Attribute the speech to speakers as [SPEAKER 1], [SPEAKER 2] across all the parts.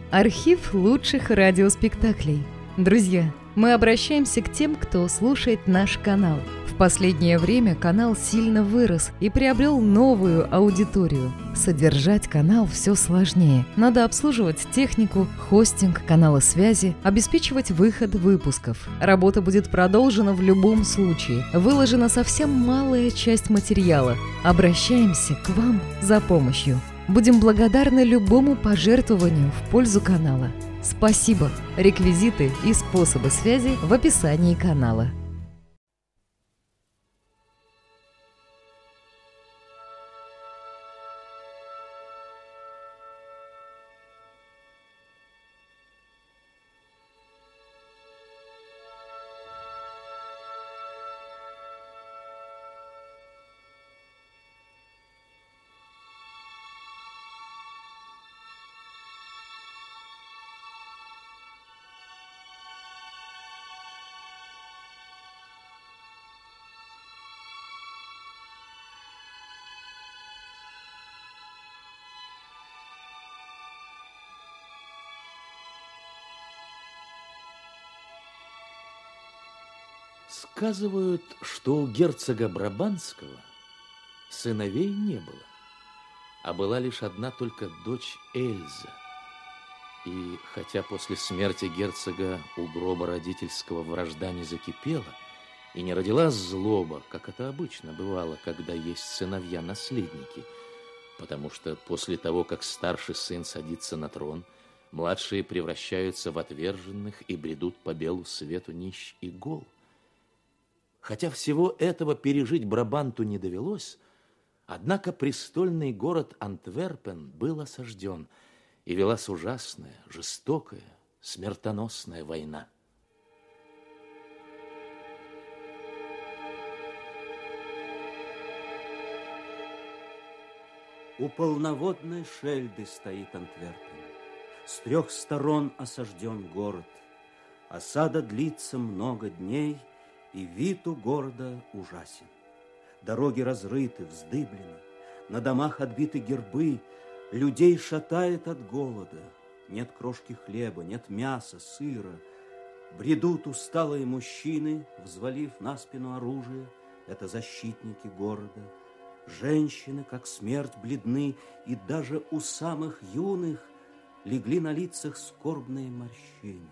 [SPEAKER 1] Архив лучших радиоспектаклей. Друзья, мы обращаемся к тем, кто слушает наш канал. В последнее время канал сильно вырос и приобрел новую аудиторию. Содержать канал все сложнее. Надо обслуживать технику, хостинг, каналы связи, обеспечивать выход выпусков. Работа будет продолжена в любом случае. Выложена совсем малая часть материала. Обращаемся к вам за помощью. Будем благодарны любому пожертвованию в пользу канала. Спасибо! Реквизиты и способы связи в описании канала.
[SPEAKER 2] Сказывают, что у герцога Брабанского сыновей не было, а была лишь одна только дочь Эльза. И хотя после смерти герцога у гроба родительского вражда не закипела и не родилась злоба, как это обычно бывало, когда есть сыновья-наследники, потому что после того, как старший сын садится на трон, младшие превращаются в отверженных и бредут по белу свету нищ и гол. Хотя всего этого пережить Брабанту не довелось, однако престольный город Антверпен был осажден, и велась ужасная, жестокая, смертоносная война.
[SPEAKER 3] У полноводной Шельды стоит Антверпен. С 3 сторон осажден город. Осада длится много дней, и вид у города ужасен. Дороги разрыты, вздыблены, на домах отбиты гербы, людей шатает от голода. Нет крошки хлеба, нет мяса, сыра. Бредут усталые мужчины, взвалив на спину оружие. Это защитники города. Женщины, как смерть, бледны, и даже у самых юных легли на лицах скорбные морщины.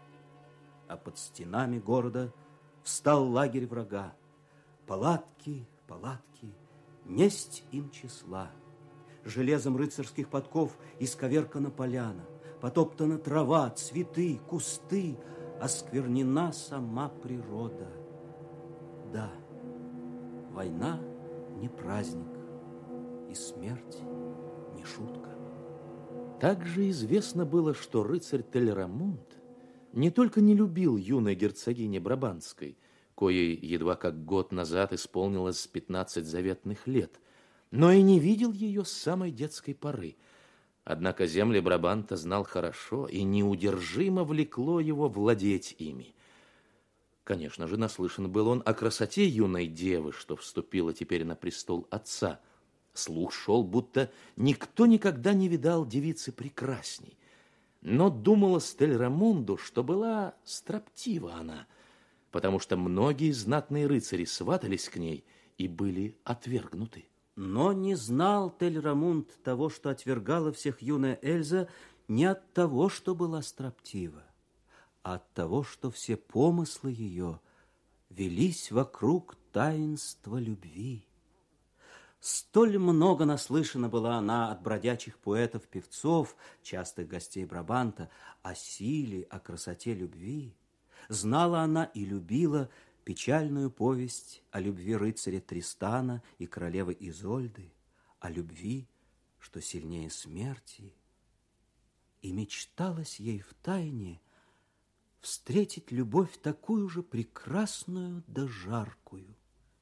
[SPEAKER 3] А под стенами города встал лагерь врага. Палатки, палатки, несть им числа. Железом рыцарских подков исковеркана поляна, потоптана трава, цветы, кусты, осквернена сама природа. Да, война не праздник, и смерть не шутка.
[SPEAKER 2] Также известно было, что рыцарь Телерамунд не только не любил юной герцогини Брабанской, коей едва как год назад исполнилось 15 заветных лет, но и не видел ее с самой детской поры. Однако земли Брабанта знал хорошо, и неудержимо влекло его владеть ими. Конечно же, наслышан был он о красоте юной девы, что вступила теперь на престол отца. Слух шел, будто никто никогда не видал девицы прекрасней. Но думалось Телерамунду, что была строптива она, потому что многие знатные рыцари сватались к ней и были отвергнуты.
[SPEAKER 3] Но не знал Телерамунд того, что отвергала всех юная Эльза, не от того, что была строптива, а от того, что все помыслы ее велись вокруг таинства любви. Столь много наслышана была она от бродячих поэтов-певцов, частых гостей Брабанта, о силе, о красоте любви. Знала она и любила печальную повесть о любви рыцаря Тристана и королевы Изольды, о любви, что сильнее смерти. И мечталось ей втайне встретить любовь такую же прекрасную да жаркую,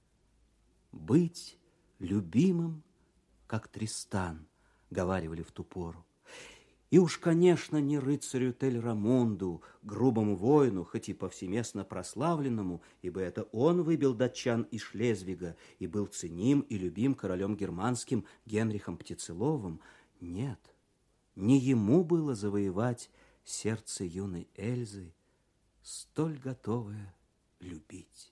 [SPEAKER 3] быть любимым, как Тристан, говаривали в ту пору. И уж, конечно, не рыцарю Телерамунду, грубому воину, хоть и повсеместно прославленному, ибо это он выбил датчан из Шлезвига и был ценим и любим королем германским Генрихом Птицеловым. Нет, не ему было завоевать сердце юной Эльзы, столь готовое любить.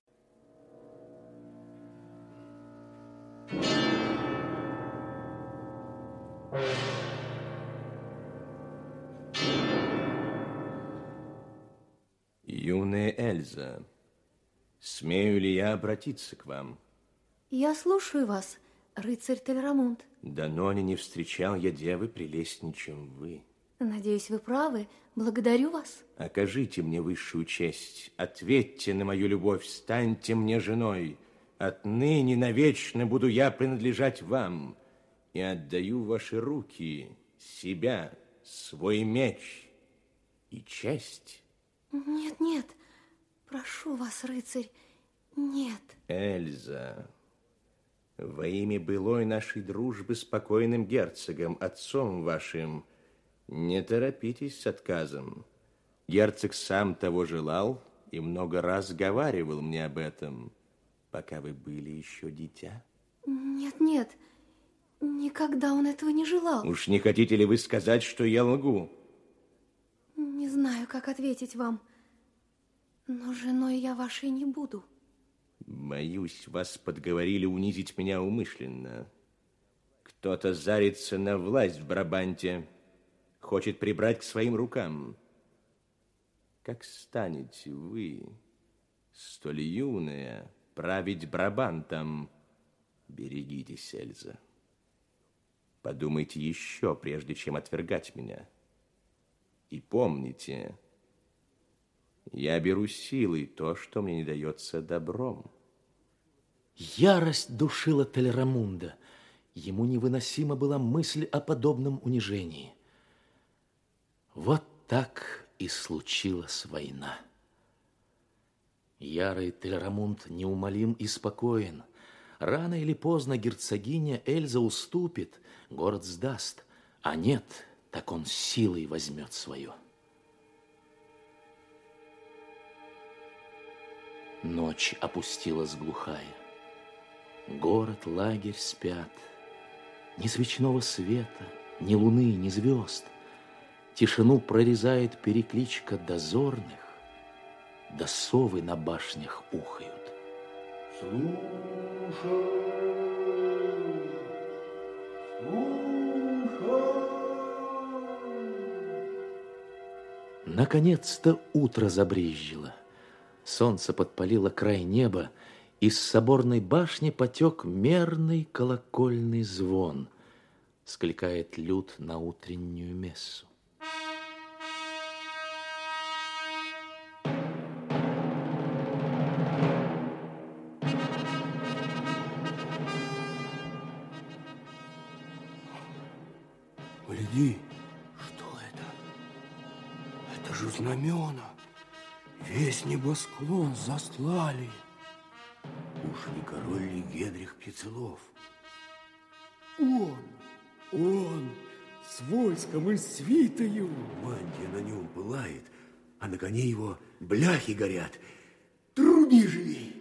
[SPEAKER 4] Юная Эльза, смею ли я обратиться к вам?
[SPEAKER 5] Я слушаю вас, рыцарь Тельрамунд.
[SPEAKER 4] Давно не встречал я девы прелестней, чем вы.
[SPEAKER 5] Надеюсь, вы правы. Благодарю вас.
[SPEAKER 4] Окажите мне высшую честь, ответьте на мою любовь, станьте мне женой. Отныне навечно буду я принадлежать вам и отдаю в ваши руки себя, свой меч и честь.
[SPEAKER 5] Нет, нет, прошу вас, рыцарь, нет.
[SPEAKER 4] Эльза, во имя былой нашей дружбы с покойным герцогом, отцом вашим, не торопитесь с отказом. Герцог сам того желал и много раз говаривал мне об этом, пока вы были еще дитя.
[SPEAKER 5] Нет, нет, никогда он этого не желал.
[SPEAKER 4] Уж не хотите ли вы сказать, что я лгу?
[SPEAKER 5] Не знаю, как ответить вам, но женой я вашей не буду.
[SPEAKER 4] Боюсь, вас подговорили унизить меня умышленно. Кто-то зарится на власть в Брабанте, хочет прибрать к своим рукам. Как станете вы, столь юная, править Брабантом? Берегитесь, Эльза. Подумайте еще, прежде чем отвергать меня. И помните, я беру силой то, что мне не дается добром.
[SPEAKER 2] Ярость душила Тельрамунда. Ему невыносима была мысль о подобном унижении. Вот так и случилась война. Ярый Тельрамунд неумолим и спокоен. Рано или поздно герцогиня Эльза уступит, город сдаст, а нет, так он силой возьмет свое. Ночь опустилась глухая. Город, лагерь спят. Ни свечного света, ни луны, ни звезд. Тишину прорезает перекличка дозорных, да совы на башнях ухают.
[SPEAKER 6] Слушай,
[SPEAKER 2] Наконец-то утро забрезжило. Солнце подпалило край неба, из соборной башни потек мерный колокольный звон. Скликает люд на утреннюю мессу.
[SPEAKER 6] гляди, что это? Это же знамена. Весь небосклон заслали. Уж не король ли Генрих Птицелов? Он, с войском и свитою. Мантия на нем пылает, а на коне его бляхи горят. Труди живей!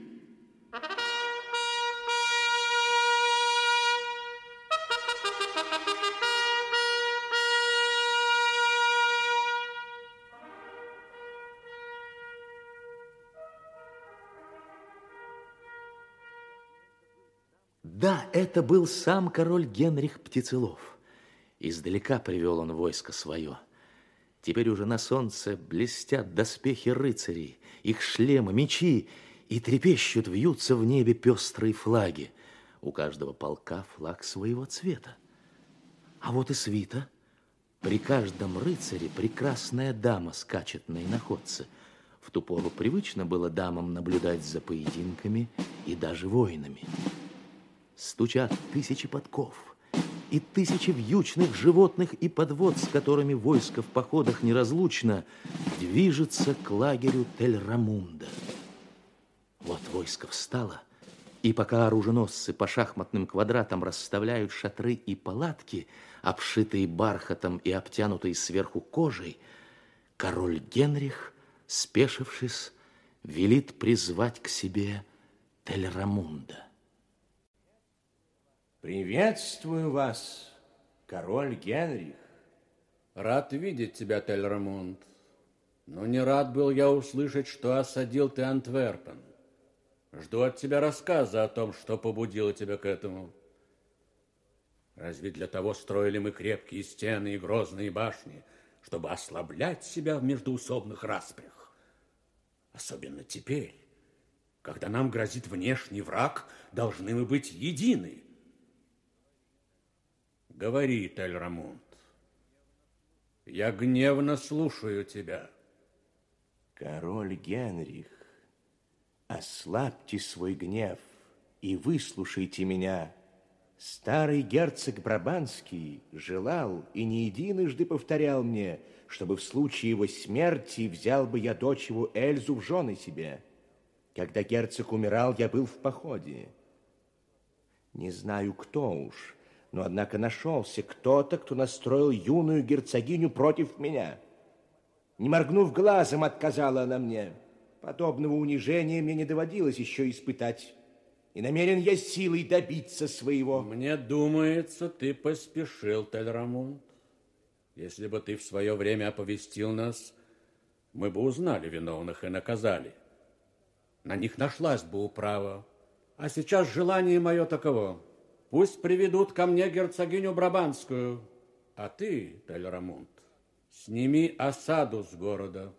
[SPEAKER 2] Да, это был сам король Генрих Птицелов. Издалека привел он войско свое. Теперь уже на солнце блестят доспехи рыцарей, их шлемы, мечи, и трепещут, вьются в небе пестрые флаги. У каждого полка флаг своего цвета. А вот и свита. При каждом рыцаре прекрасная дама скачет на иноходце. В ту пору привычно было дамам наблюдать за поединками и даже воинами. Стучат тысячи подков, и тысячи вьючных животных и подвод, с которыми войско в походах неразлучно, движется к лагерю Тельрамунда. Вот войско встало, и пока оруженосцы по шахматным квадратам расставляют шатры и палатки, обшитые бархатом и обтянутые сверху кожей, король Генрих, спешившись, велит призвать к себе Тельрамунда.
[SPEAKER 4] Приветствую вас, король Генрих.
[SPEAKER 7] Рад видеть тебя, Тельрамунд, но не рад был я услышать, что осадил ты Антверпен. Жду от тебя рассказа о том, что побудило тебя к этому. Разве для того строили мы крепкие стены и грозные башни, чтобы ослаблять себя в междоусобных распрях? Особенно теперь, когда нам грозит внешний враг, должны мы быть едины. Говори, Тельрамунд. Я гневно слушаю тебя.
[SPEAKER 4] Король Генрих, ослабьте свой гнев и выслушайте меня. Старый герцог Брабанский желал и не единожды повторял мне, чтобы в случае его смерти взял бы я дочь его Эльзу в жены себе. Когда герцог умирал, я был в походе. Не знаю, кто уж, но, однако, нашелся кто-то, кто настроил юную герцогиню против меня. Не моргнув глазом, отказала она мне. Подобного унижения мне не доводилось еще испытать. И намерен я силой добиться своего.
[SPEAKER 7] Мне думается, ты поспешил, Тельрамунд. Если бы ты в свое время оповестил нас, мы бы узнали виновных и наказали. На них нашлась бы управа. А сейчас желание мое таково. Пусть приведут ко мне герцогиню Брабанскую, а ты, Тельрамунд, сними осаду с города.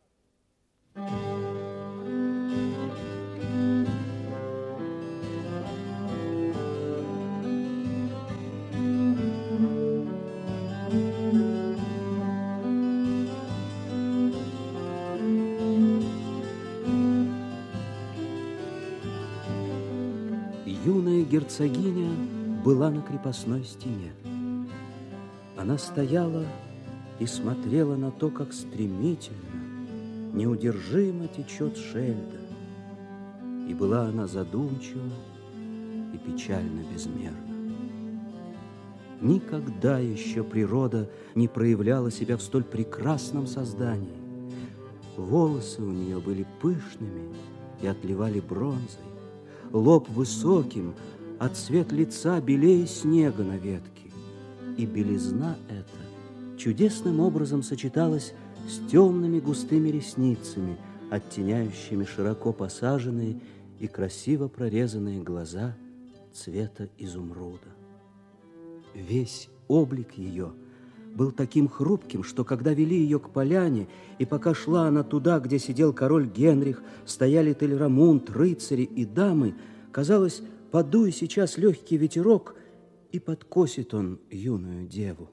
[SPEAKER 3] Юная герцогиня была на крепостной стене. Она стояла и смотрела на то, как стремительно, неудержимо течет Шельда. И была она задумчива и печально безмерна. Никогда еще природа не проявляла себя в столь прекрасном создании. Волосы у нее были пышными и отливали бронзой, лоб высоким, а цвет лица белее снега на ветке. И белизна эта чудесным образом сочеталась с темными густыми ресницами, оттеняющими широко посаженные и красиво прорезанные глаза цвета изумруда. Весь облик ее был таким хрупким, что когда вели ее к поляне, и пока шла она туда, где сидел король Генрих, стояли Тельрамунд, рыцари и дамы, казалось, подует сейчас легкий ветерок, и подкосит он юную деву.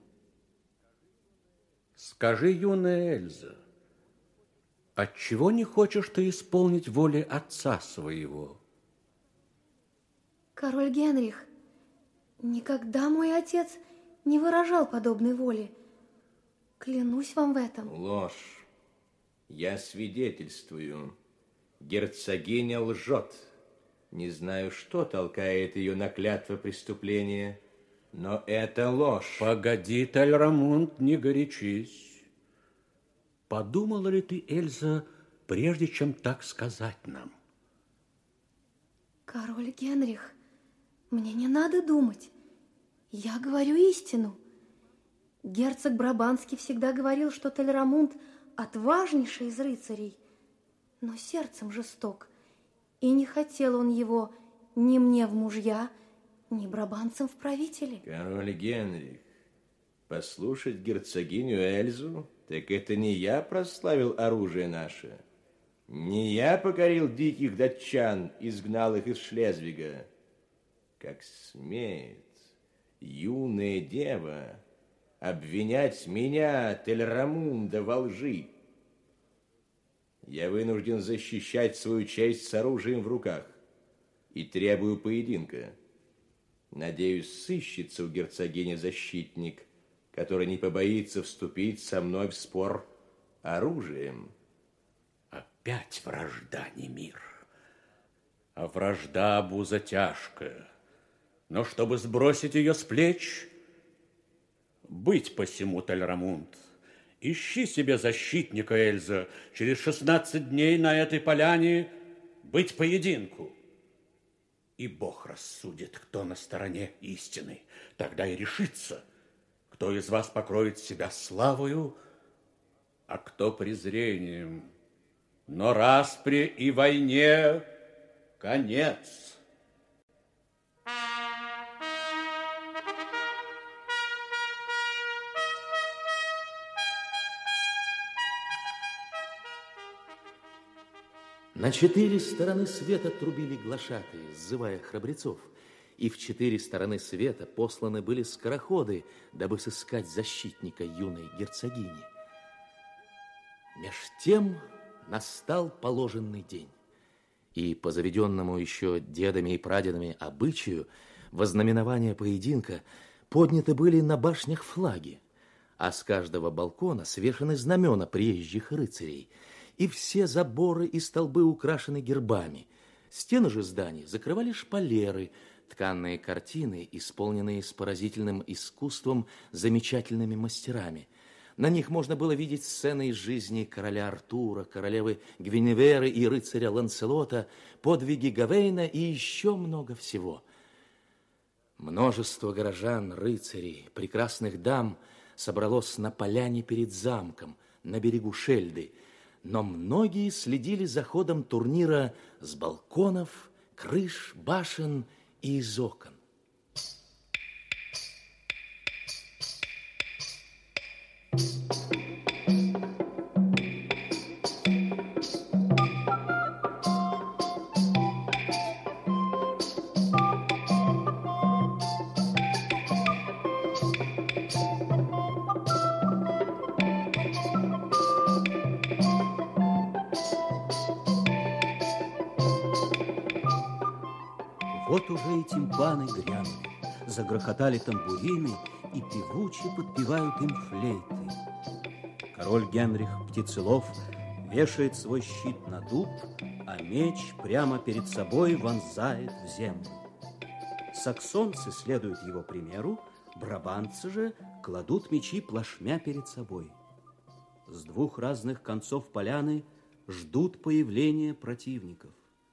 [SPEAKER 7] Скажи, юная Эльза, отчего не хочешь ты исполнить воли отца своего?
[SPEAKER 5] Король Генрих, никогда мой отец не выражал подобной воли. Клянусь вам в этом.
[SPEAKER 4] Ложь. Я свидетельствую. Герцогиня лжет. Не знаю, что толкает ее на клятвы преступления, но это ложь.
[SPEAKER 7] Погоди, Тельрамунд, не горячись. Подумала ли ты, Эльза, прежде чем так сказать нам?
[SPEAKER 5] Король Генрих, мне не надо думать. Я говорю истину. Герцог Брабанский всегда говорил, что Тельрамунд отважнейший из рыцарей, но сердцем жесток, и не хотел он его ни мне в мужья, ни брабанцам в правители.
[SPEAKER 4] Король Генрих, послушать герцогиню Эльзу, так это не я прославил оружие наше, не я покорил диких датчан, изгнал их из Шлезвига. Как смеет юная дева обвинять меня, Тельрамунда, во лжи. Я вынужден защищать свою честь с оружием в руках и требую поединка. Надеюсь, сыщется у герцогини защитник, который не побоится вступить со мной в спор оружием.
[SPEAKER 7] Опять вражда, не мир, а вражда обуза тяжкая. Но чтобы сбросить ее с плеч, быть посему, Тельрамунд, ищи себе защитника, Эльза, через 16 дней на этой поляне быть поединку. И Бог рассудит, кто на стороне истины. Тогда и решится, Кто из вас покроет себя славою, а кто презрением. Но распри и войне конец.
[SPEAKER 2] На 4 стороны света трубили глашатые, сзывая храбрецов. И в 4 стороны света посланы были скороходы, дабы сыскать защитника юной герцогини. Меж тем настал положенный день, и по заведенному еще дедами и прадедами обычаю во знаменование поединка подняты были на башнях флаги, а с каждого балкона свешаны знамена приезжих рыцарей, и все заборы и столбы украшены гербами. Стены же зданий закрывали шпалеры, тканные картины, исполненные с поразительным искусством замечательными мастерами. На них можно было видеть сцены из жизни короля Артура, королевы Гвиневеры и рыцаря Ланселота, подвиги Гавейна и еще много всего. Множество горожан, рыцарей, прекрасных дам собралось на поляне перед замком, на берегу Шельды, но многие следили за ходом турнира с балконов, крыш, башен и из окон.
[SPEAKER 3] Вот уже и тимпаны грянули, загрохотали тамбурины, и певуче подпевают им флейты. Король Генрих Птицелов вешает свой щит на дуб, а меч прямо перед собой вонзает в землю. Саксонцы следуют его примеру, брабанцы же кладут мечи плашмя перед собой. С двух разных концов поляны ждут появления противников.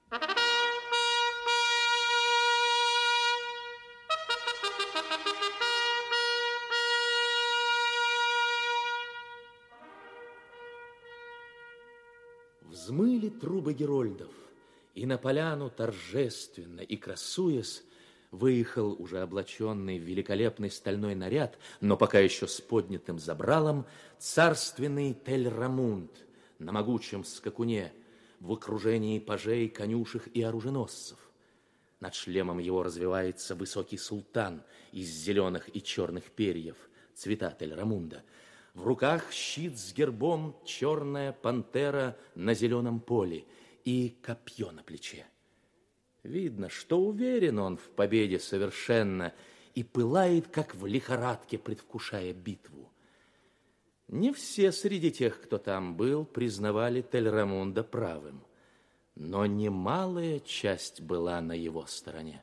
[SPEAKER 2] Взмыли трубы герольдов, и на поляну торжественно и красуясь выехал уже облаченный в великолепный стальной наряд, но пока еще с поднятым забралом, царственный Тель-Рамунд на могучем скакуне в окружении пажей, конюшек и оруженосцев. Над шлемом его развивается высокий султан из зеленых и черных перьев, цвета Тель-Рамунда. В руках щит с гербом, черная пантера на зеленом поле и копье на плече. Видно, что уверен он в победе совершенно и пылает, как в лихорадке, предвкушая битву. Не все среди тех, кто там был, признавали Тель-Рамунда правым, но немалая часть была на его стороне.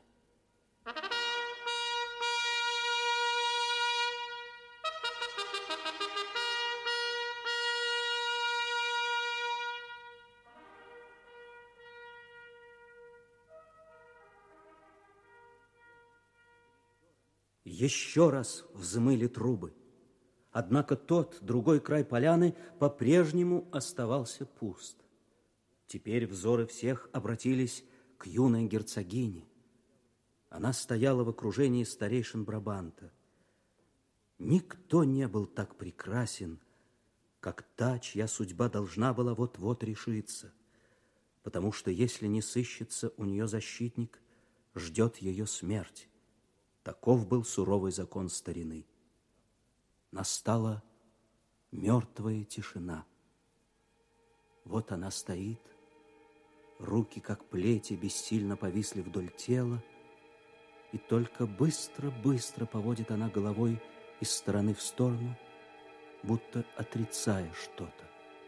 [SPEAKER 3] Еще раз взмыли трубы. Однако тот, другой край поляны, по-прежнему оставался пуст. Теперь взоры всех обратились к юной герцогине. Она стояла в окружении старейшин Брабанта. Никто не был так прекрасен, как та, чья судьба должна была вот-вот решиться, потому что если не сыщется у нее защитник, ждет ее смерть. Таков был суровый закон старины. Настала мертвая тишина. Вот она стоит, руки, как плети, бессильно повисли вдоль тела, и только быстро-быстро поводит она головой из стороны в сторону, будто отрицая что-то.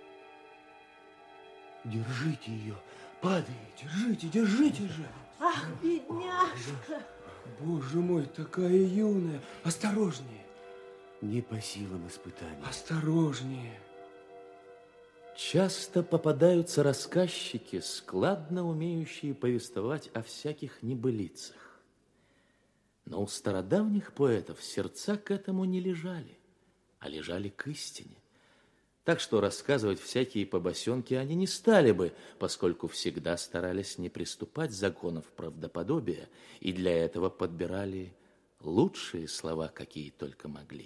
[SPEAKER 6] Держите ее, падает, держите же.
[SPEAKER 5] Ах, бедняжка!
[SPEAKER 6] Боже мой, такая юная. Осторожнее. Не по силам испытаний. Осторожнее.
[SPEAKER 2] Часто попадаются рассказчики, складно умеющие повествовать о всяких небылицах. Но у стародавних поэтов сердца к этому не лежали, а лежали к истине. Так что рассказывать всякие побосенки они не стали бы, поскольку всегда старались не приступать законов правдоподобия и для этого подбирали лучшие слова, какие только могли.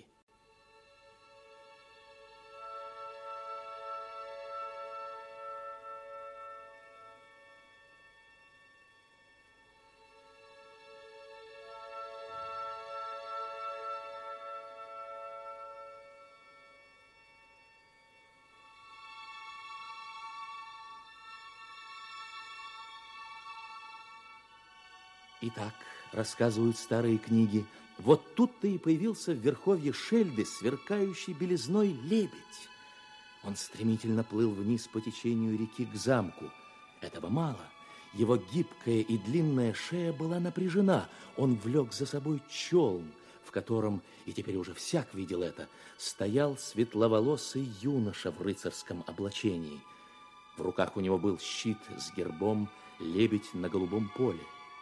[SPEAKER 2] Итак, рассказывают старые книги, вот тут-то и появился в верховье Шельды сверкающий белизной лебедь. Он стремительно плыл вниз по течению реки к замку. Этого мало. Его гибкая и длинная шея была напряжена. Он влек за собой челн, в котором, и теперь уже всяк видел это, стоял светловолосый юноша в рыцарском облачении. В руках у него был щит с гербом «Лебедь на голубом поле».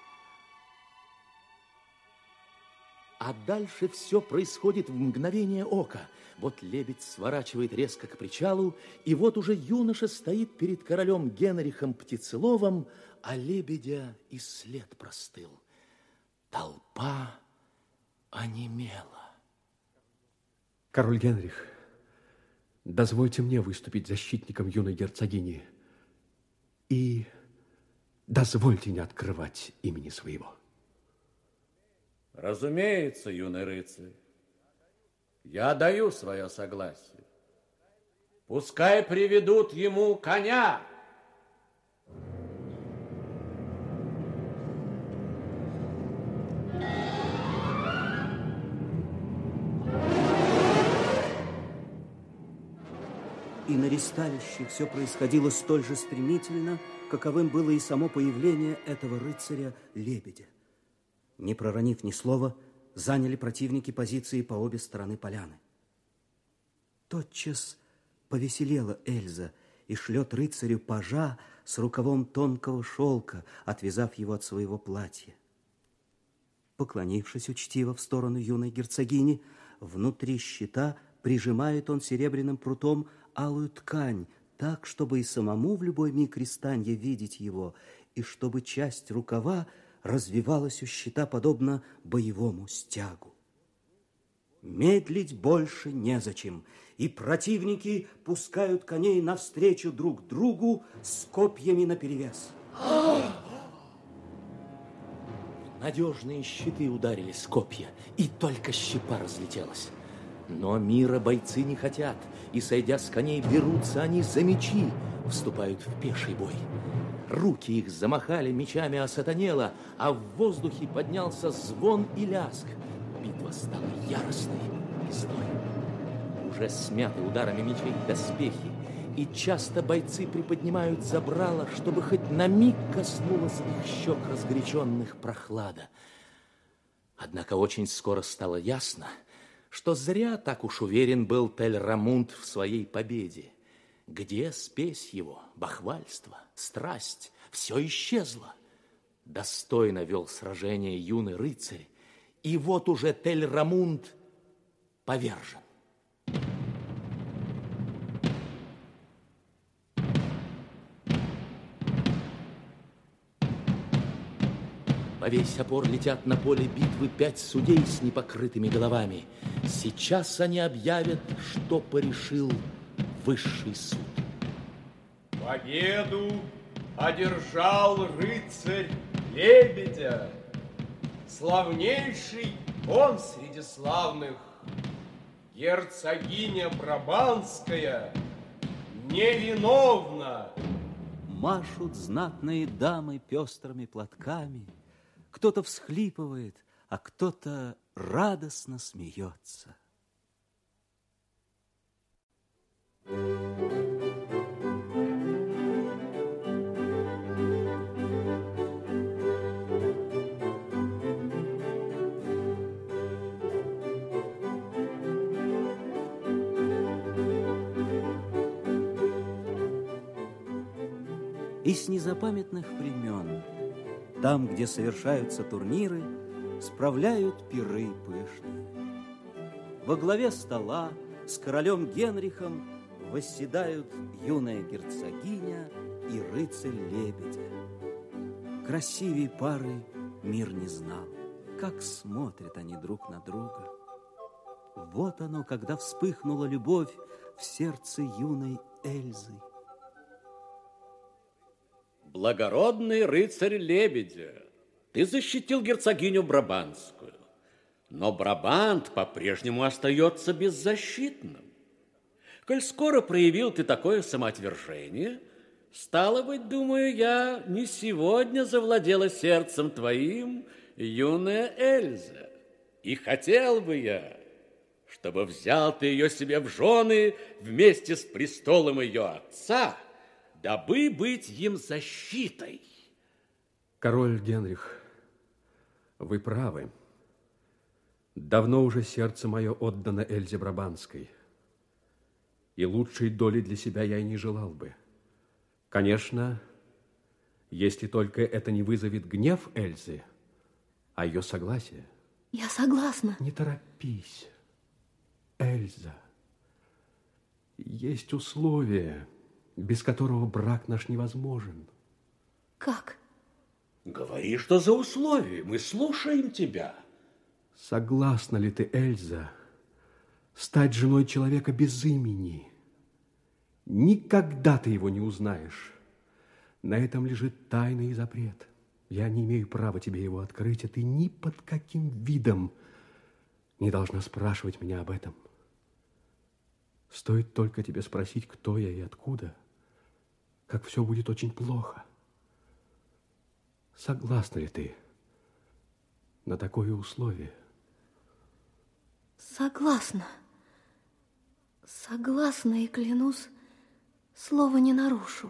[SPEAKER 2] А дальше все происходит в мгновение ока. Вот лебедь сворачивает резко к причалу, и вот уже юноша стоит перед королем Генрихом Птицеловым, а лебедя и след простыл. Толпа онемела.
[SPEAKER 6] Король Генрих, дозвольте мне выступить защитником юной герцогини и дозвольте не открывать имени своего.
[SPEAKER 7] Разумеется, юный рыцарь, я даю свое согласие. Пускай приведут ему коня.
[SPEAKER 3] И на ристалище все происходило столь же стремительно, каковым было и само появление этого рыцаря-лебедя. Не проронив ни слова, заняли противники позиции по обе стороны поляны. Тотчас повеселела Эльза и шлет рыцарю пажа с рукавом тонкого шелка, отвязав его от своего платья. Поклонившись учтиво в сторону юной герцогини, внутри щита прижимает он серебряным прутом алую ткань, так, чтобы и самому в любой миг рестанья видеть его, и чтобы часть рукава развивалась у щита подобно боевому стягу. Медлить больше незачем, и противники пускают коней навстречу друг другу с копьями наперевес.
[SPEAKER 2] Надежные щиты ударились с копья, и только щепа разлетелась. Но мира бойцы не хотят, и, сойдя с коней, берутся они за мечи, вступают в пеший бой. Руки их замахали, мечами осатанело, а в воздухе поднялся звон и лязг. Битва стала яростной и злой. Уже смяты ударами мечей доспехи, и часто бойцы приподнимают забрала, чтобы хоть на миг коснулась их щек разгоряченных прохлада. Однако очень скоро стало ясно, что зря так уж уверен был Тель-Рамунд в своей победе. Где спесь его, бахвальство, страсть, все исчезло. Достойно вел сражение юный рыцарь, и вот уже Тель-Рамунд повержен. Во весь опор летят на поле битвы 5 судей с непокрытыми головами. Сейчас они объявят, что порешил высший суд.
[SPEAKER 8] Победу одержал рыцарь Лебедя, славнейший он среди славных. Герцогиня Брабанская невиновна.
[SPEAKER 3] Машут знатные дамы пестрыми платками. Кто-то всхлипывает, а кто-то радостно смеется. И с незапамятных времен, там, где совершаются турниры, справляют пиры пышные. Во главе стола с королем Генрихом восседают юная герцогиня и рыцарь-лебедя. Красивей пары мир не знал, как смотрят они друг на друга. Вот оно, когда вспыхнула любовь в сердце юной Эльзы.
[SPEAKER 7] Благородный рыцарь Лебедя, ты защитил герцогиню Брабантскую, но Брабант по-прежнему остается беззащитным. Коль скоро проявил ты такое самоотвержение, стало быть, думаю я, не сегодня завладела сердцем твоим юная Эльза. И хотел бы я, чтобы взял ты ее себе в жены вместе с престолом ее отца, дабы быть им защитой.
[SPEAKER 6] Король Генрих, вы правы. Давно уже сердце мое отдано Эльзе Брабантской, и лучшей доли для себя я и не желал бы. Конечно, если только это не вызовет гнев Эльзы, а ее согласие.
[SPEAKER 5] Я согласна.
[SPEAKER 6] Не торопись, Эльза. Есть условие, без которого брак наш невозможен.
[SPEAKER 5] Как?
[SPEAKER 7] Говори, что за условия, мы слушаем тебя.
[SPEAKER 6] Согласна ли ты, Эльза, стать женой человека без имени? Никогда ты его не узнаешь. На этом лежит тайный запрет. Я не имею права тебе его открыть, а ты ни под каким видом не должна спрашивать меня об этом. Стоит только тебе спросить, кто я и откуда, как все будет очень плохо. Согласна ли ты на такое условие?
[SPEAKER 5] Согласна. Согласна и клянусь, слова не нарушу.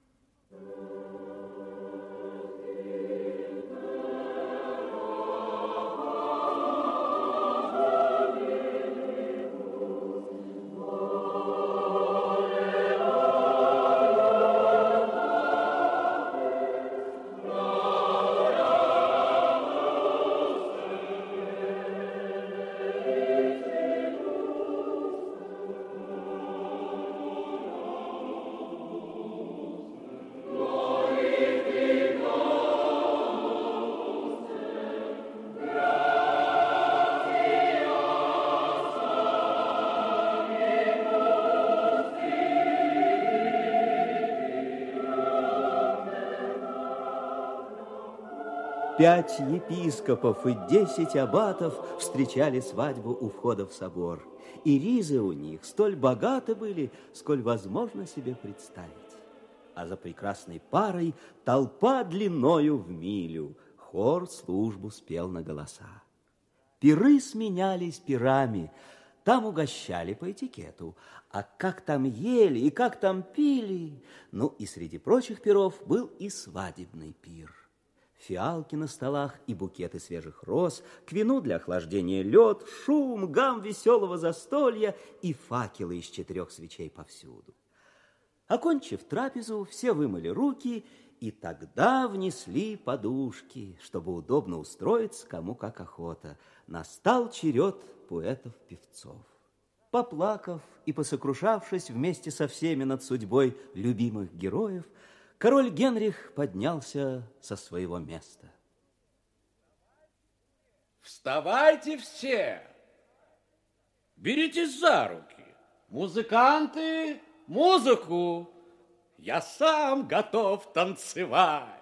[SPEAKER 3] Пять епископов и 10 аббатов встречали свадьбу у входа в собор. И ризы у них столь богаты были, сколь возможно себе представить. А за прекрасной парой толпа длиною в милю. Хор службу спел на голоса. Пиры сменялись пирами. Там угощали по этикету. А как там ели и как там пили. Ну и среди прочих пиров был и свадебный пир. Фиалки на столах и букеты свежих роз, к вину для охлаждения лед, шум, гам веселого застолья и факелы из 4 свечей повсюду. Окончив трапезу, все вымыли руки и тогда внесли подушки, чтобы удобно устроиться кому как охота. Настал черед поэтов-певцов. Поплакав и посокрушавшись вместе со всеми над судьбой любимых героев, король Генрих поднялся со своего места.
[SPEAKER 7] Вставайте все! Беритесь за руки! Музыканты, музыку! Я сам готов танцевать!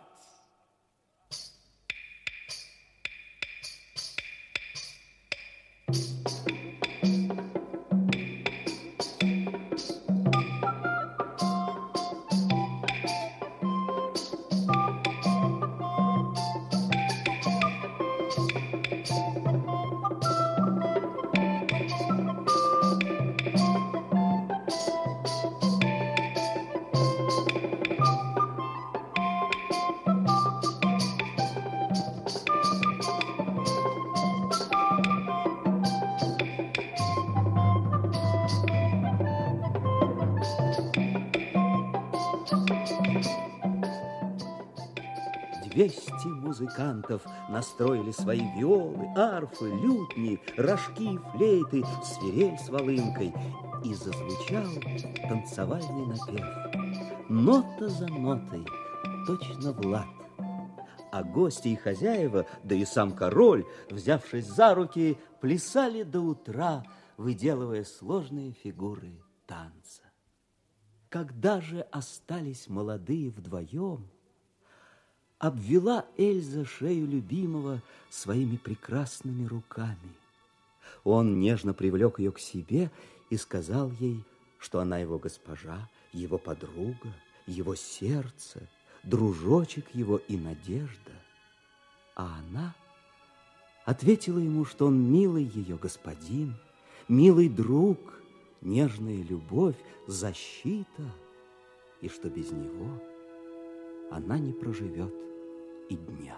[SPEAKER 3] 200 музыкантов настроили свои виолы, арфы, лютни, рожки, флейты, свирель с волынкой, и зазвучал танцевальный напев. Нота за нотой, точно в лад. А гости и хозяева, да и сам король, взявшись за руки, плясали до утра, выделывая сложные фигуры танца. Когда же остались молодые вдвоем, обвела Эльза шею любимого своими прекрасными руками. Он нежно привлек ее к себе и сказал ей, что она его госпожа, его подруга, его сердце, дружочек его и надежда. А она ответила ему, что он милый ее господин, милый друг, нежная любовь, защита, и что без него она не проживет и дня.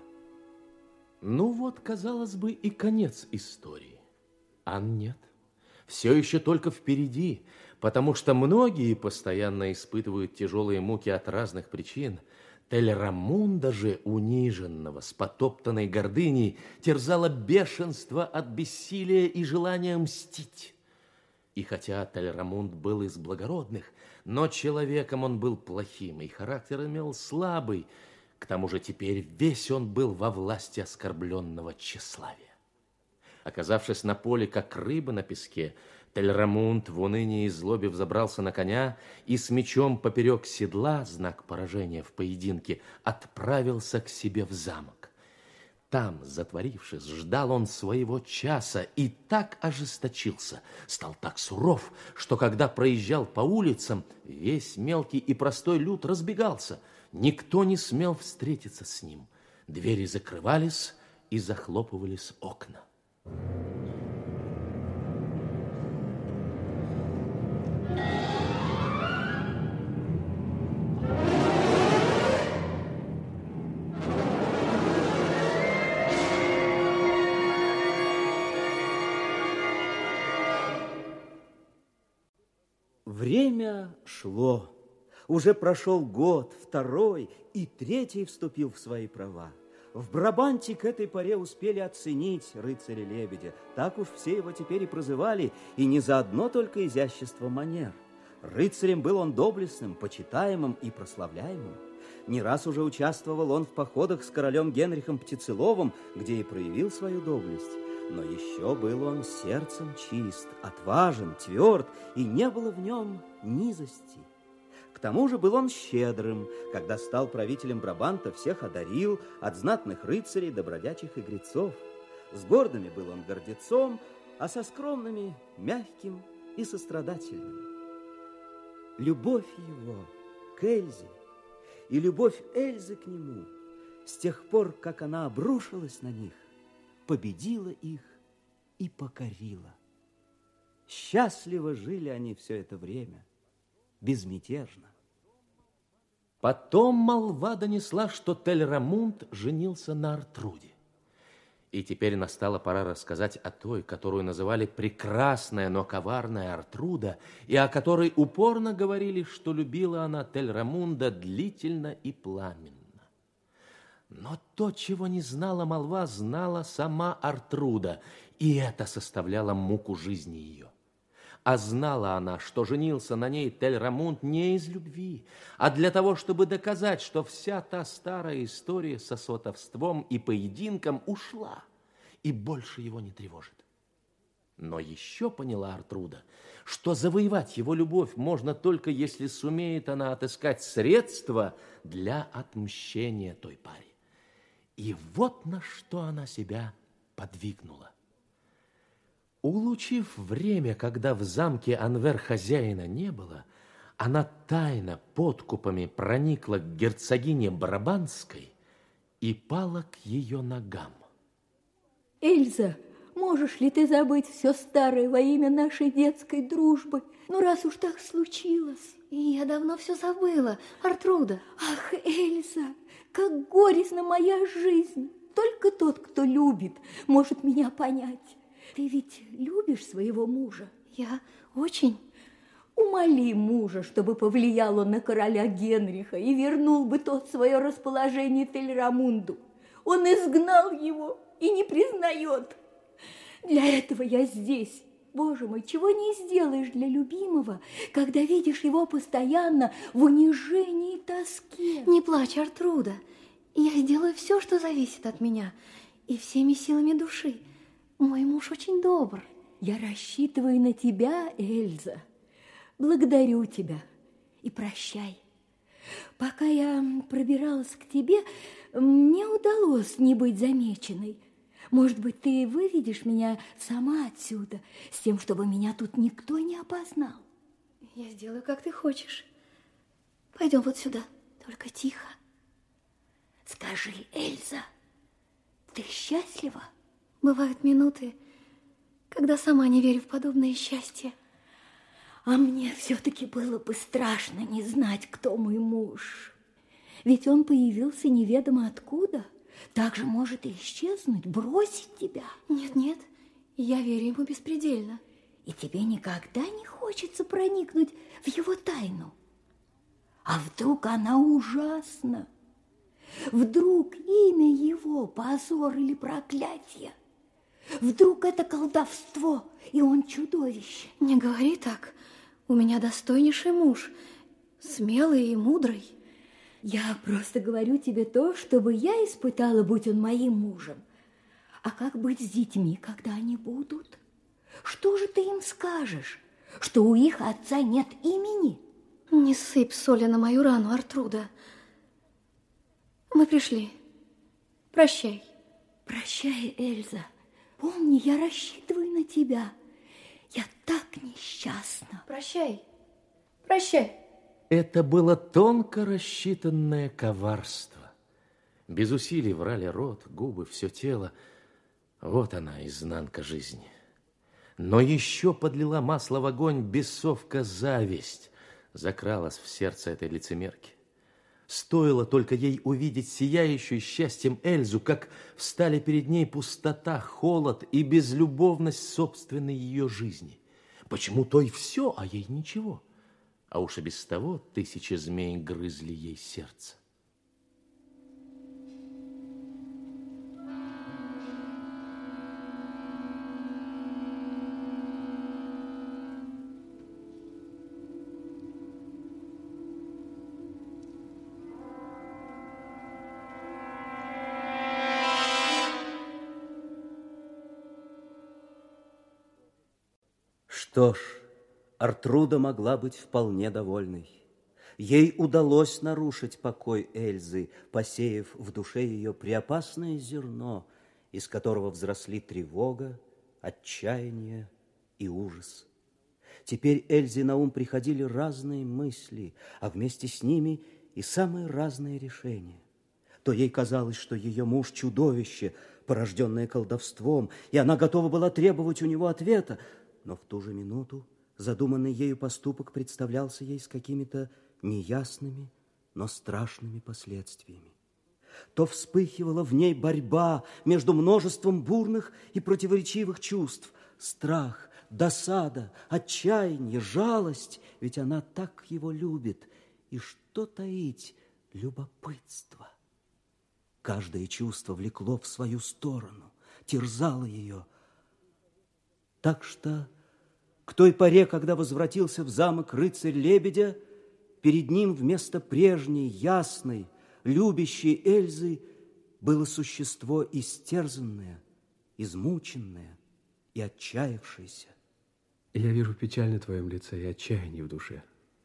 [SPEAKER 2] Ну вот, казалось бы, и конец истории. А нет. Все еще только впереди, потому что многие постоянно испытывают тяжелые муки от разных причин. Тель-Рамунда же, униженного, с потоптанной гордыней, терзало бешенство от бессилия и желания мстить. И хотя Тель-Рамунд был из благородных, но человеком он был плохим, и характер имел слабый. К тому же теперь весь он был во власти оскорбленного тщеславия. Оказавшись на поле, как рыба на песке, Тель-Рамунд в унынии и злобе взобрался на коня и с мечом поперек седла, знак поражения в поединке, отправился к себе в замок. Там, затворившись, ждал он своего часа и так ожесточился, стал так суров, что когда проезжал по улицам, весь мелкий и простой люд разбегался. Никто не смел встретиться с ним. Двери закрывались и захлопывались окна.
[SPEAKER 3] Время шло. Уже прошел год, второй, и третий вступил в свои права. В Брабанте к этой поре успели оценить рыцаря-лебедя. Так уж все его теперь и прозывали, и не заодно только изящество манер. Рыцарем был он доблестным, почитаемым и прославляемым. Не раз уже участвовал он в походах с королем Генрихом Птицеловым, где и проявил свою доблесть. Но еще был он сердцем чист, отважен, тверд, и не было в нем низости. К тому же был он щедрым. Когда стал правителем Брабанта, всех одарил, от знатных рыцарей до бродячих игрецов. С гордыми был он гордецом, а со скромными мягким и сострадательным. Любовь его к Эльзе и любовь Эльзы к нему, с тех пор, как она обрушилась на них, победила их и покорила. Счастливо жили они все это время, безмятежно.
[SPEAKER 2] Потом молва донесла, что Тель-Рамунд женился на Артруде. И теперь настала пора рассказать о той, которую называли прекрасная, но коварная Артруда, и о которой упорно говорили, что любила она Тель-Рамунда длительно и пламенно. Но то, чего не знала молва, знала сама Артруда, и это составляло муку жизни ее. А знала она, что женился на ней Тель-Рамунд не из любви, а для того, чтобы доказать, что вся та старая история со сватовством и поединком ушла и больше его не тревожит. Но еще поняла Артруда, что завоевать его любовь можно только, если сумеет она отыскать средства для отмщения той паре. И вот на что она себя подвигнула. Улучив время, когда в замке Анвер хозяина не было, она тайно подкупами проникла к герцогине Брабанской и пала к ее ногам.
[SPEAKER 9] Эльза, можешь ли ты забыть все старое во имя нашей детской дружбы? Ну, раз уж так случилось.
[SPEAKER 5] Я давно все забыла, Артруда.
[SPEAKER 9] Ах, Эльза, как горестна моя жизнь. Только тот, кто любит, может меня понять. Ты ведь любишь своего мужа?
[SPEAKER 5] Я очень.
[SPEAKER 9] У умоли мужа, чтобы повлиял он на короля Генриха и вернул бы тот свое расположение Теллерамунду. Он изгнал его и не признает. Для этого я здесь. Боже мой, чего не сделаешь для любимого, когда видишь его постоянно в унижении и тоске.
[SPEAKER 5] Не плачь, Артруда. Я сделаю все, что зависит от меня, и всеми силами души. Мой муж очень добр.
[SPEAKER 9] Я рассчитываю на тебя, Эльза. Благодарю тебя и прощай. Пока я пробиралась к тебе, мне удалось не быть замеченной. Может быть, ты выведешь меня сама отсюда, с тем, чтобы меня тут никто не опознал.
[SPEAKER 5] Я сделаю, как ты хочешь. Пойдем вот сюда, только тихо.
[SPEAKER 9] Скажи, Эльза, ты счастлива?
[SPEAKER 5] Бывают минуты, когда сама не верю в подобное счастье.
[SPEAKER 9] А мне все-таки было бы страшно не знать, кто мой муж. Ведь он появился неведомо откуда. Так же может и исчезнуть, бросить тебя.
[SPEAKER 5] Нет, нет, я верю ему беспредельно.
[SPEAKER 9] И тебе никогда не хочется проникнуть в его тайну. А вдруг она ужасна? Вдруг имя его позор или проклятие? Вдруг это колдовство, и он чудовище?
[SPEAKER 5] Не говори так. У меня достойнейший муж, смелый и мудрый.
[SPEAKER 9] Я просто говорю тебе то, чтобы я испытала, будь он моим мужем. А как быть с детьми, когда они будут? Что же ты им скажешь? Что у их отца нет имени?
[SPEAKER 5] Не сыпь соли на мою рану, Артруда. Мы пришли. Прощай.
[SPEAKER 9] Прощай, Эльза. Помни, я рассчитываю на тебя. Я так несчастна.
[SPEAKER 5] Прощай. Прощай.
[SPEAKER 2] Это было тонко рассчитанное коварство. Без усилий врали рот, губы, все тело. Вот она, изнанка жизни. Но еще подлила масло в огонь бесовка зависть. Закралась в сердце этой лицемерки. Стоило только ей увидеть сияющую счастьем Эльзу, как встали перед ней пустота, холод и безлюбовность собственной ее жизни. Почему той все, а ей ничего? А уж и без того тысячи змей грызли ей сердце.
[SPEAKER 3] Что ж, Артруда могла быть вполне довольной. Ей удалось нарушить покой Эльзы, посеяв в душе ее преопасное зерно, из которого взросли тревога, отчаяние и ужас. Теперь Эльзе на ум приходили разные мысли, а вместе с ними и самые разные решения. То ей казалось, что ее муж чудовище, порожденное колдовством, и она готова была требовать у него ответа, но в ту же минуту задуманный ею поступок представлялся ей с какими-то неясными, но страшными последствиями. То вспыхивала в ней борьба между множеством бурных и противоречивых чувств: страх, досада, отчаяние, жалость, ведь она так его любит, и что таить, любопытство. Каждое чувство влекло в свою сторону, терзало ее. Так что к той поре, когда возвратился в замок рыцарь Лебедя, перед ним вместо прежней, ясной, любящей Эльзы было существо истерзанное, измученное и отчаявшееся.
[SPEAKER 6] Я вижу печаль на твоем лице и отчаяние в душе.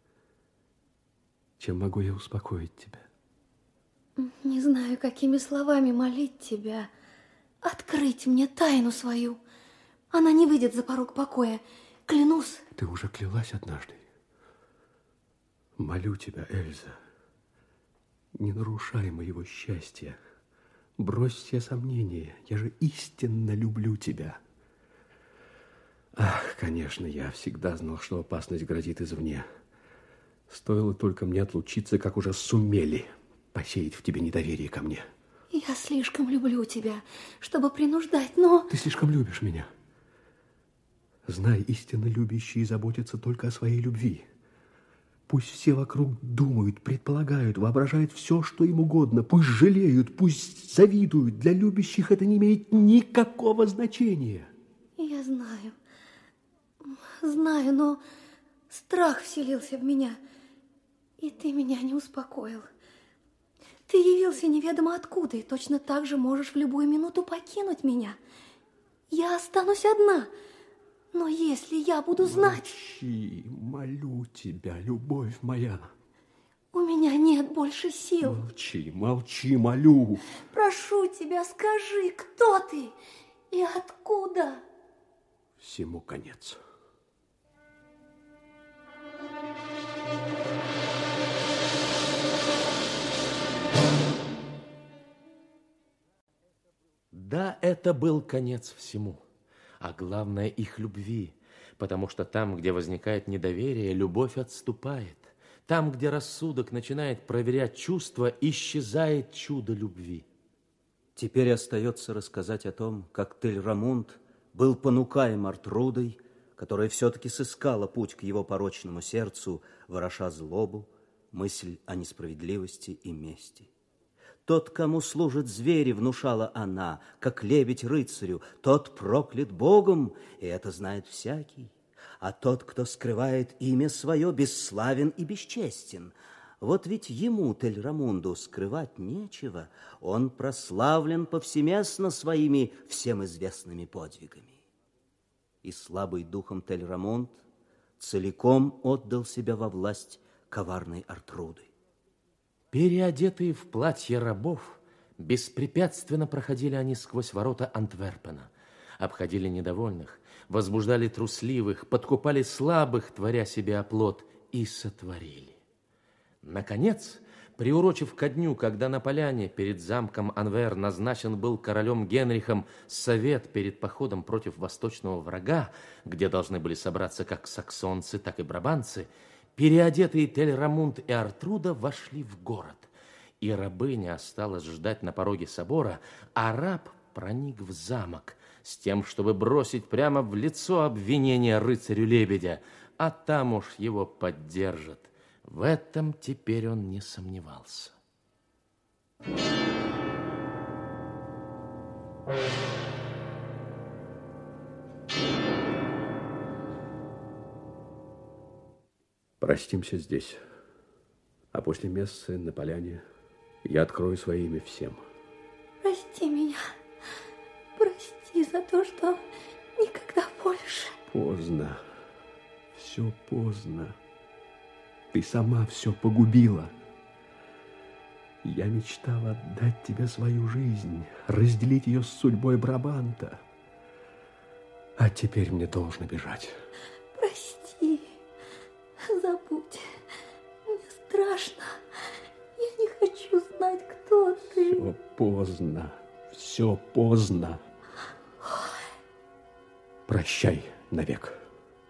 [SPEAKER 6] Чем могу я успокоить тебя?
[SPEAKER 5] Не знаю, какими словами молить тебя. Открыть мне тайну свою. Она не выйдет за порог покоя. Клянусь.
[SPEAKER 6] Ты уже клялась однажды. Молю тебя, Эльза, не нарушай моего счастья. Брось все сомнения. Я же истинно люблю тебя. Ах, конечно, я всегда знал, что опасность грозит извне. Стоило только мне отлучиться, как уже сумели посеять в тебе недоверие ко мне.
[SPEAKER 5] Я слишком люблю тебя, чтобы принуждать, но...
[SPEAKER 6] Ты слишком любишь меня. Знай, истинно любящие заботятся только о своей любви. Пусть все вокруг думают, предполагают, воображают все, что им угодно. Пусть жалеют, пусть завидуют. Для любящих это не имеет никакого значения.
[SPEAKER 5] Я знаю, но страх вселился в меня, и ты меня не успокоил. Ты явился неведомо откуда, и точно так же можешь в любую минуту покинуть меня. Я останусь одна, но если я буду знать...
[SPEAKER 6] Молчи, молю тебя, любовь моя.
[SPEAKER 5] У меня нет больше сил.
[SPEAKER 6] Молчи, молчи, молю.
[SPEAKER 5] Прошу тебя, скажи, кто ты и откуда?
[SPEAKER 6] Всему конец.
[SPEAKER 2] Да, это был конец всему, а главное их любви, потому что там, где возникает недоверие, любовь отступает. Там, где рассудок начинает проверять чувства, исчезает чудо любви.
[SPEAKER 3] Теперь остается рассказать о том, как Тель-Рамунд был понукаем Артрудой, которая все-таки сыскала путь к его порочному сердцу, вороша злобу, мысль о несправедливости и мести. Тот, кому служат звери, внушала она, как лебедь рыцарю, тот проклят Богом, и это знает всякий. А тот, кто скрывает имя свое, бесславен и бесчестен. Вот ведь ему, Тель-Рамунду, скрывать нечего, он прославлен повсеместно своими всем известными подвигами. И слабый духом Тель-Рамунд целиком отдал себя во власть коварной Артруды.
[SPEAKER 2] Переодетые в платья рабов, беспрепятственно проходили они сквозь ворота Антверпена, обходили недовольных, возбуждали трусливых, подкупали слабых, творя себе оплот, и сотворили. Наконец, приурочив ко дню, когда на поляне перед замком Анвер назначен был королем Генрихом совет перед походом против восточного врага, где должны были собраться как саксонцы, так и брабанцы, переодетые Тель-Рамунд и Артруда вошли в город, и рабыня осталась ждать на пороге собора, а раб проник в замок с тем, чтобы бросить прямо в лицо обвинение рыцарю-лебедя, а там уж его поддержат. В этом теперь он не сомневался.
[SPEAKER 6] Простимся здесь, а после мессы на поляне я открою свое имя всем.
[SPEAKER 5] Прости меня. Прости за то, что никогда больше.
[SPEAKER 6] Поздно. Все поздно. Ты сама все погубила. Я мечтала отдать тебе свою жизнь, разделить ее с судьбой Брабанта. А теперь мне должно бежать.
[SPEAKER 5] Прости. Забудь. Мне страшно. Я не хочу знать, кто ты.
[SPEAKER 6] Все поздно. Все поздно. Прощай навек.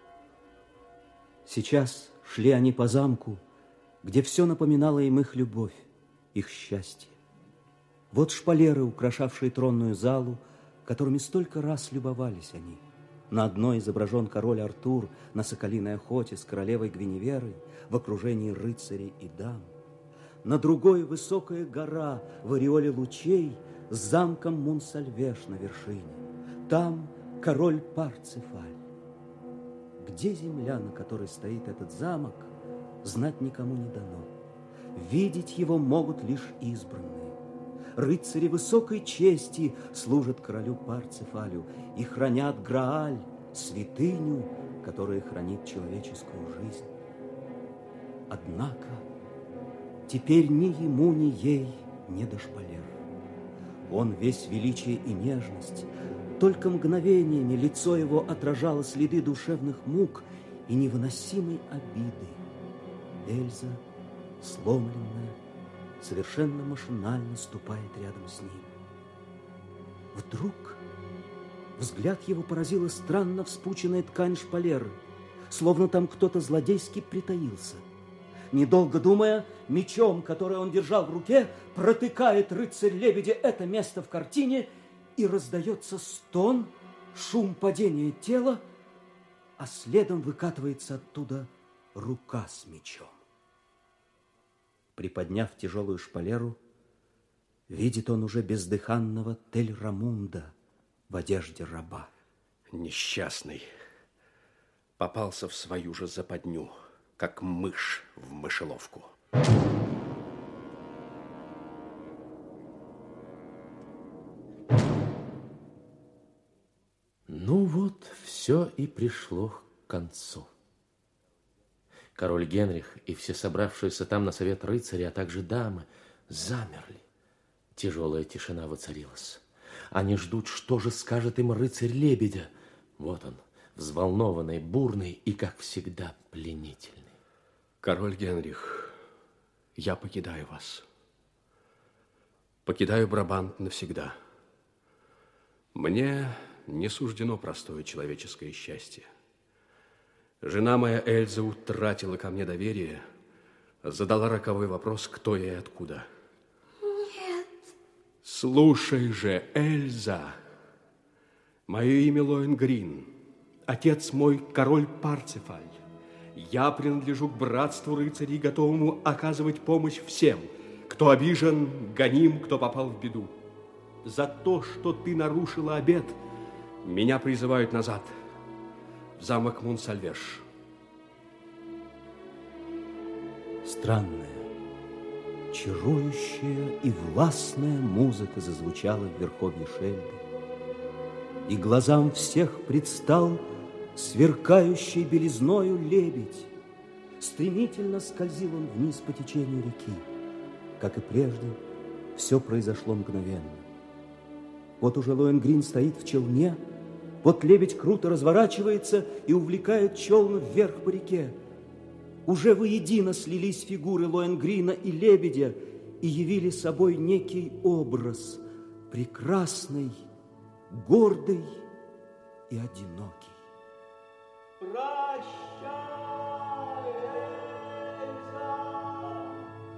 [SPEAKER 3] Сейчас шли они по замку, где все напоминало им их любовь, их счастье. Вот шпалеры, украшавшие тронную залу, которыми столько раз любовались они. На одной изображен король Артур на соколиной охоте с королевой Гвиневерой в окружении рыцарей и дам. На другой высокая гора в ореоле лучей с замком Мунсальвеш на вершине. Там король Парцефаль. Где земля, на которой стоит этот замок, знать никому не дано. Видеть его могут лишь избранные. Рыцари высокой чести служат королю Парцефалю и хранят Грааль, святыню, которая хранит человеческую жизнь. Однако теперь ни ему, ни ей не до шпалер. Он весь величие и нежность. Только мгновениями лицо его отражало следы душевных мук и невыносимой обиды. Эльза, сломленная, совершенно машинально ступает рядом с ним. Вдруг взгляд его поразила странно вспученная ткань шпалеры, словно там кто-то злодейски притаился. Недолго думая, мечом, который он держал в руке, протыкает рыцарь-лебедя это место в картине, и раздается стон, шум падения тела, а следом выкатывается оттуда рука с мечом. Приподняв тяжелую шпалеру, видит он уже бездыханного Тель-Рамунда в одежде раба.
[SPEAKER 6] Несчастный попался в свою же западню, как мышь в мышеловку.
[SPEAKER 2] Ну вот, все и пришло к концу. Король Генрих и все собравшиеся там на совет рыцари, а также дамы, замерли. Тяжелая тишина воцарилась. Они ждут, что же скажет им рыцарь Лебедя. Вот он, взволнованный, бурный и, как всегда, пленительный.
[SPEAKER 6] Король Генрих, я покидаю вас. Покидаю Брабант навсегда. Мне не суждено простое человеческое счастье. Жена моя Эльза утратила ко мне доверие, задала роковой вопрос, кто я и откуда.
[SPEAKER 5] Нет.
[SPEAKER 6] Слушай же, Эльза, мое имя Лоенгрин, отец мой король Парцефаль. Я принадлежу к братству рыцарей, готовому оказывать помощь всем, кто обижен, гоним, кто попал в беду. За то, что ты нарушила обет, меня призывают назад, в замок Монсальвеш.
[SPEAKER 3] Странная, чарующая и властная музыка зазвучала в верховье Шельды, и глазам всех предстал сверкающий белизною лебедь. Стремительно скользил он вниз по течению реки. Как и прежде, все произошло мгновенно. Вот уже Лоенгрин стоит в челне, вот лебедь круто разворачивается и увлекает челн вверх по реке. Уже воедино слились фигуры Лоенгрина и лебедя и явили собой некий образ, прекрасный, гордый и одинокий.
[SPEAKER 8] Прощай, Эльза!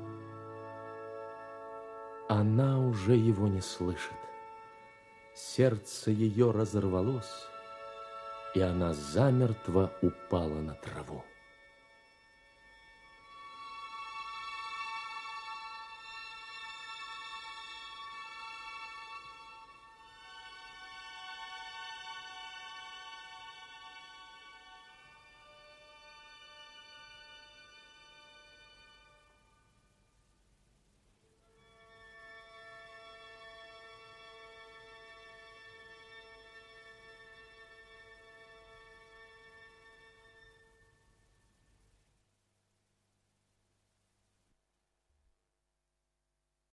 [SPEAKER 2] Она уже его не слышит. Сердце ее разорвалось, и она замертво упала на траву.